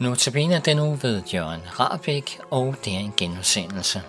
Notabene den uge ved Jørgen Rahbek, og det er en genudsendelse.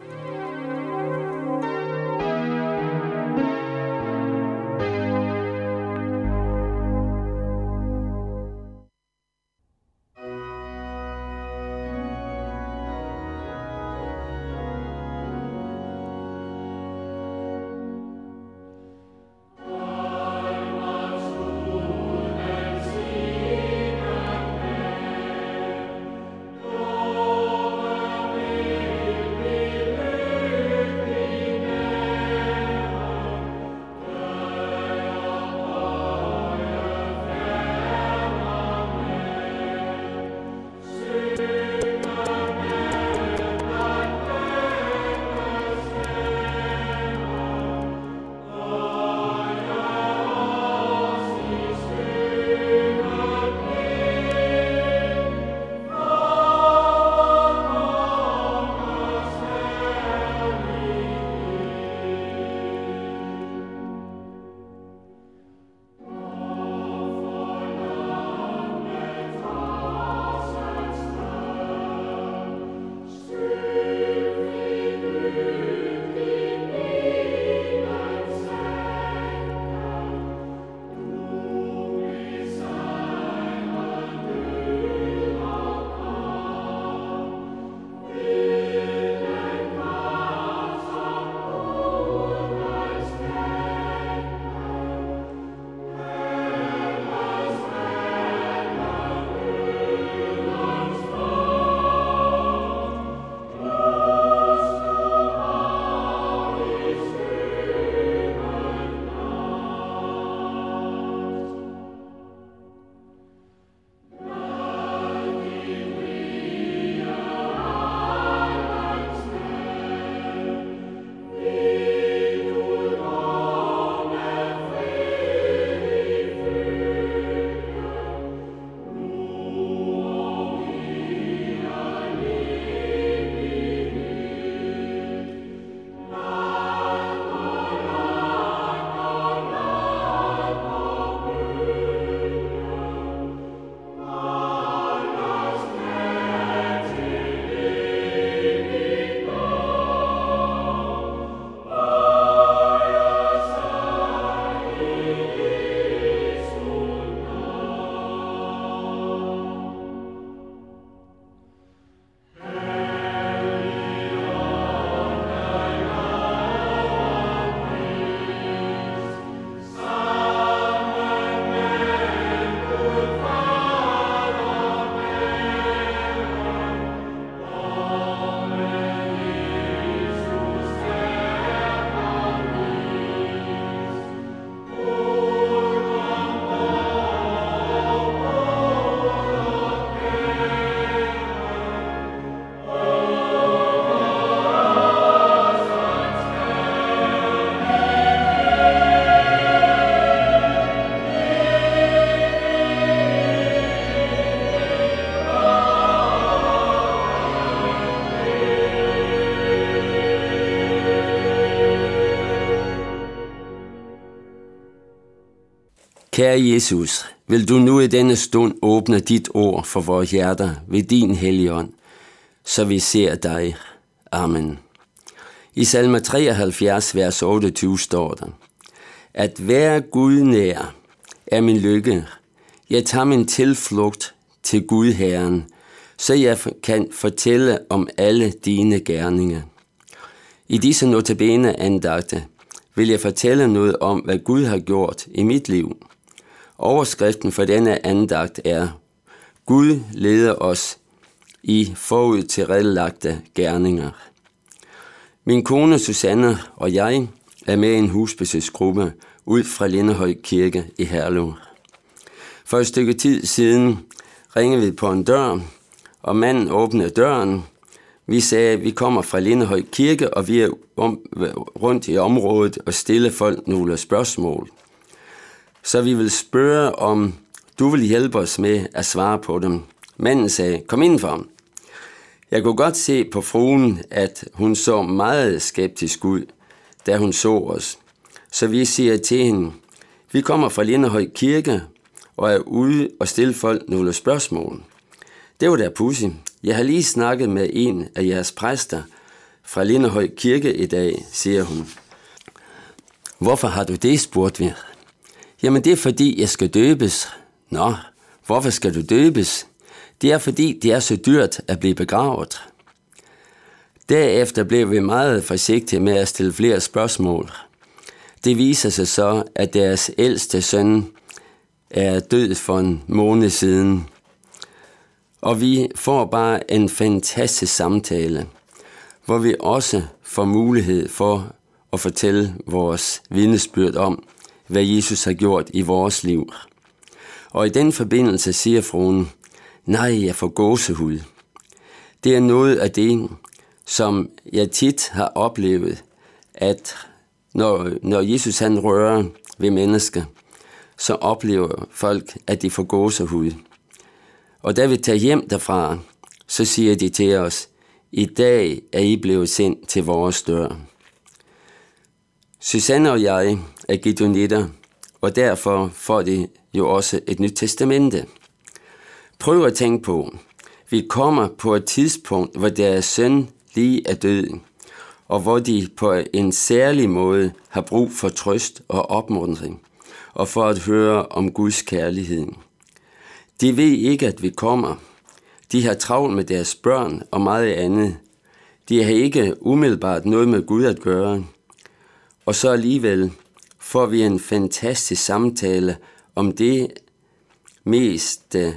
Kære Jesus, vil du nu i denne stund åbne dit ord for vores hjerter ved din Helligånd, så vi ser dig. Amen. I salme 73, vers 28 står der: At være Gud nær er min lykke. Jeg tager min tilflugt til Gud Herren, så jeg kan fortælle om alle dine gerninger. I disse notabene andagte vil jeg fortælle noget om, hvad Gud har gjort i mit liv. Overskriften for denne andagt er: Gud leder os i forud til redlagte gerninger. Min kone Susanne og jeg er med i en husbesøgsgruppe ud fra Lindehøj Kirke i Herlev. For et stykke tid siden ringede vi på en dør, og manden åbnede døren. Vi sagde, at vi kommer fra Lindehøj Kirke, og vi er rundt i området og stille folk nogle spørgsmål. Så vi vil spørge, om du vil hjælpe os med at svare på dem. Manden sagde, kom indenfor. Jeg kunne godt se på fruen, at hun så meget skeptisk ud, da hun så os. Så vi siger til hende, vi kommer fra Lindehøj Kirke og er ude og stille folk nogle spørgsmål. Det var da pudsigt. Jeg har lige snakket med en af jeres præster fra Linderhøj Kirke i dag, siger hun. Hvorfor har du det, spurgte vi. Jamen det er fordi, jeg skal døbes. Nå, hvorfor skal du døbes? Det er fordi, det er så dyrt at blive begravet. Derefter blev vi meget forsigtige med at stille flere spørgsmål. Det viser sig så, at deres ældste søn er død for en måned siden. Og vi får bare en fantastisk samtale, hvor vi også får mulighed for at fortælle vores vidnesbyrd om, hvad Jesus har gjort i vores liv. Og i den forbindelse siger fruen, nej, jeg får gåsehud. Det er noget af det, som jeg tit har oplevet, at når Jesus han rører ved mennesker, så oplever folk, at de får gåsehud. Og da vi tager hjem derfra, så siger de til os, i dag er I blevet sendt til vores dør. Susanne og jeg er gideonitter, og derfor får de jo også et nyt testamente. Prøv at tænke på, vi kommer på et tidspunkt, hvor deres søn lige er død, og hvor de på en særlig måde har brug for trøst og opmuntring, og for at høre om Guds kærlighed. De ved ikke, at vi kommer. De har travlt med deres børn og meget andet. De har ikke umiddelbart noget med Gud at gøre. Og så alligevel får vi en fantastisk samtale om det meste,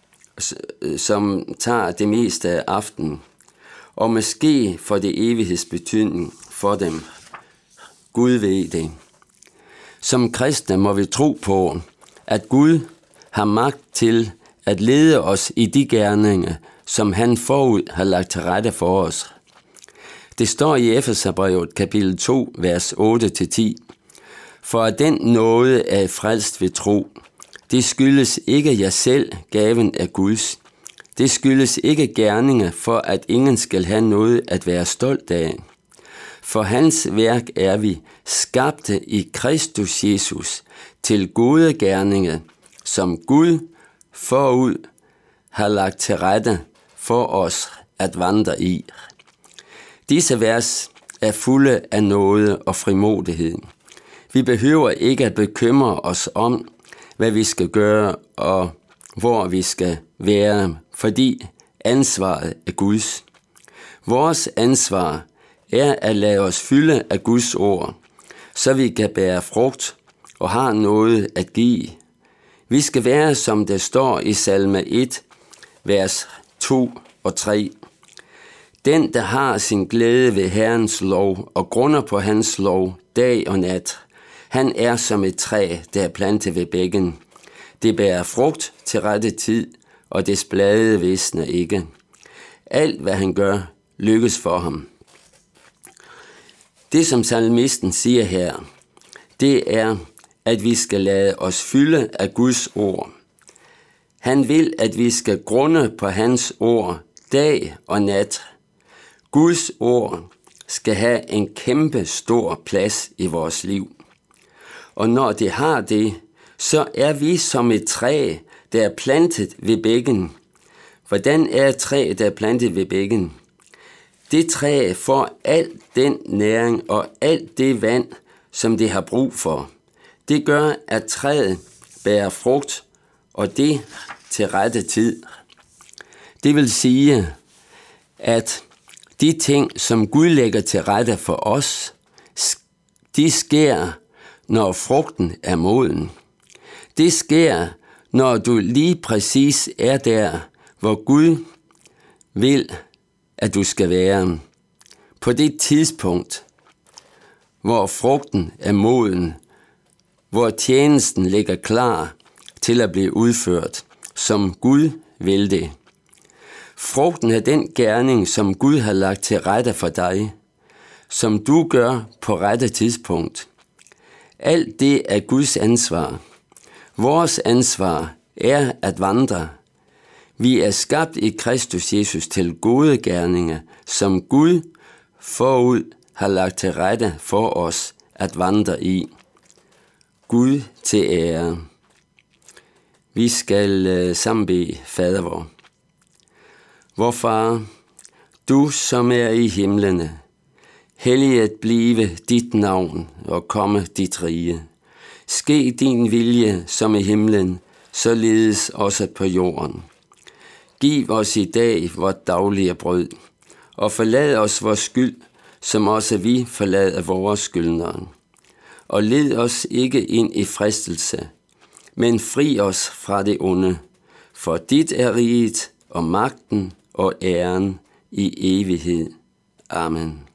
som tager det meste af aftenen. Og måske får det evighedsbetydning for dem. Gud ved det. Som kristne må vi tro på, at Gud har magt til at lede os i de gerninger, som han forud har lagt til rette for os. Det står i Efeserbrevet kapitel 2, vers 8-10. For at den nåde er frelst ved tro. Det skyldes ikke jer selv, gaven af Guds. Det skyldes ikke gerninger, for at ingen skal have noget at være stolt af. For hans værk er vi, skabte i Kristus Jesus, til gode gerninger, som Gud forud har lagt til rette for os at vandre i. Disse vers er fulde af nåde og frimodighed. Vi behøver ikke at bekymre os om, hvad vi skal gøre og hvor vi skal være, fordi ansvaret er Guds. Vores ansvar er at lade os fylde af Guds ord, så vi kan bære frugt og har noget at give. Vi skal være, som det står i salme 1, vers 2 og 3. Den, der har sin glæde ved Herrens lov og grunder på hans lov dag og nat, han er som et træ, der er plantet ved bækken. Det bærer frugt til rette tid, og dets blade visner ikke. Alt, hvad han gør, lykkes for ham. Det, som salmisten siger her, det er, at vi skal lade os fylde af Guds ord. Han vil, at vi skal grunde på hans ord dag og nat. Guds ord skal have en kæmpe stor plads i vores liv. Og når det har det, så er vi som et træ, der er plantet ved bækken. Hvordan er et træ, der er plantet ved bækken? Det træ får al den næring og alt det vand, som det har brug for. Det gør, at træet bærer frugt, og det til rette tid. Det vil sige, at de ting, som Gud lægger til rette for os, de sker, når frugten er moden. Det sker, når du lige præcis er der, hvor Gud vil, at du skal være. På det tidspunkt, hvor frugten er moden, hvor tjenesten ligger klar til at blive udført, som Gud vil det. Frugten er den gerning, som Gud har lagt til rette for dig, som du gør på rette tidspunkt. Alt det er Guds ansvar. Vores ansvar er at vandre. Vi er skabt i Kristus Jesus til gode gerninger, som Gud forud har lagt til rette for os at vandre i. Gud til ære. Vi skal sammen bede Fader vor. Vor Far, du som er i himlene, helliget blive dit navn og komme dit rige. Ske din vilje som i himlen, således også på jorden. Giv os i dag vort daglige brød, og forlad os vores skyld, som også vi forlader vores skyldnere. Og led os ikke ind i fristelse, men fri os fra det onde, for dit er riget og magten og æren i evighed. Amen.